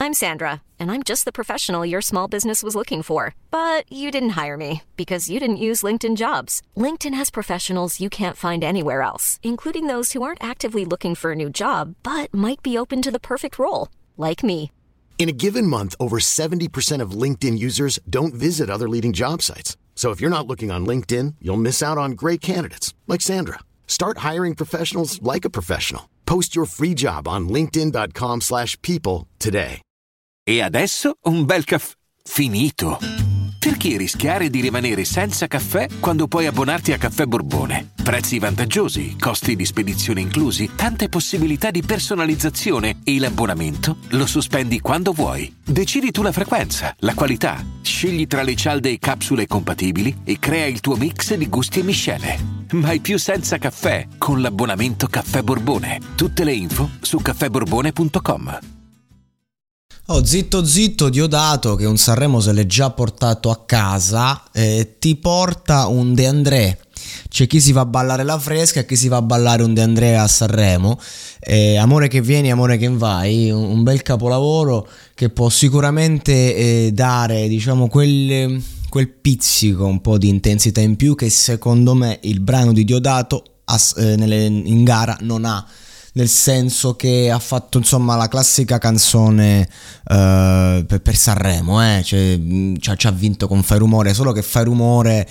I'm Sandra, and I'm just the professional your small business was looking for. But you didn't hire me because you didn't use LinkedIn Jobs. LinkedIn has professionals you can't find anywhere else, including those who aren't actively looking for a new job, but might be open to the perfect role, like me. In a given month, over 70% of LinkedIn users don't visit other leading job sites. So if you're not looking on LinkedIn, you'll miss out on great candidates like Sandra. Start hiring professionals like a professional. Post your free job on linkedin.com/people today. E adesso un bel caffè finito. Perché rischiare di rimanere senza caffè quando puoi abbonarti a Caffè Borbone? Prezzi vantaggiosi, costi di spedizione inclusi, tante possibilità di personalizzazione e l'abbonamento lo sospendi quando vuoi. Decidi tu la frequenza, la qualità, scegli tra le cialde e capsule compatibili e crea il tuo mix di gusti e miscele. Mai più senza caffè con l'abbonamento Caffè Borbone. Tutte le info su caffèborbone.com. Oh, zitto zitto, Diodato, che un Sanremo se l'è già portato a casa, ti porta un De André. C'è chi si va a ballare la fresca e chi si va a ballare un De André a Sanremo. Amore che vieni, amore che vai, un bel capolavoro che può sicuramente dare, diciamo, quel pizzico, un po' di intensità in più che secondo me il brano di Diodato in gara non ha. Nel senso che ha fatto, insomma, la classica canzone per Sanremo, ci ha vinto con Fai Rumore, solo che Fai Rumore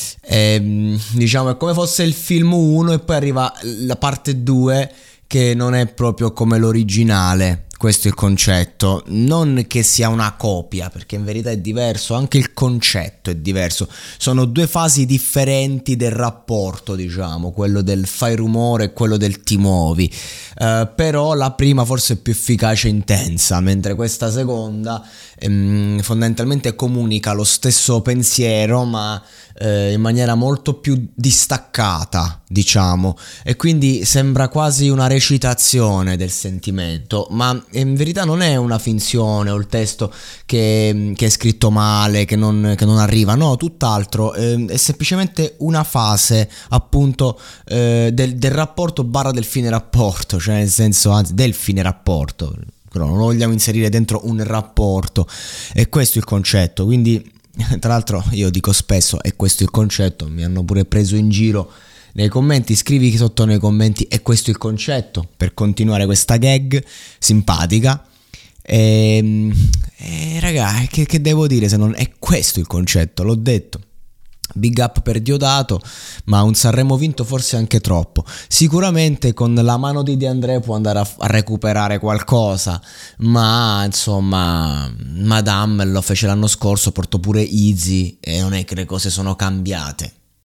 diciamo è come fosse il film 1 e poi arriva la parte 2 che non è proprio come l'originale. Questo è il concetto, non che sia una copia, perché in verità è diverso, anche il concetto è diverso, sono due fasi differenti del rapporto, diciamo, quello del fai rumore e quello del ti muovi, però la prima forse è più efficace e intensa, mentre questa seconda fondamentalmente comunica lo stesso pensiero ma in maniera molto più distaccata, diciamo, e quindi sembra quasi una recitazione del sentimento, ma in verità non è una finzione o il testo che è scritto male, che non arriva, no, tutt'altro, è semplicemente una fase appunto del rapporto barra del fine rapporto, cioè nel senso, anzi, del fine rapporto, però non lo vogliamo inserire dentro un rapporto, e questo è il concetto. Quindi, tra l'altro, io dico spesso e questo è il concetto, mi hanno pure preso in giro nei commenti, scrivi sotto nei commenti e questo è il concetto, per continuare questa gag simpatica. E raga, che devo dire se non è questo il concetto? L'ho detto. Big up per Diodato, ma un Sanremo vinto forse anche troppo. Sicuramente con la mano di De André può andare a recuperare qualcosa, ma insomma Madame lo fece l'anno scorso, portò pure Easy e non è che le cose sono cambiate.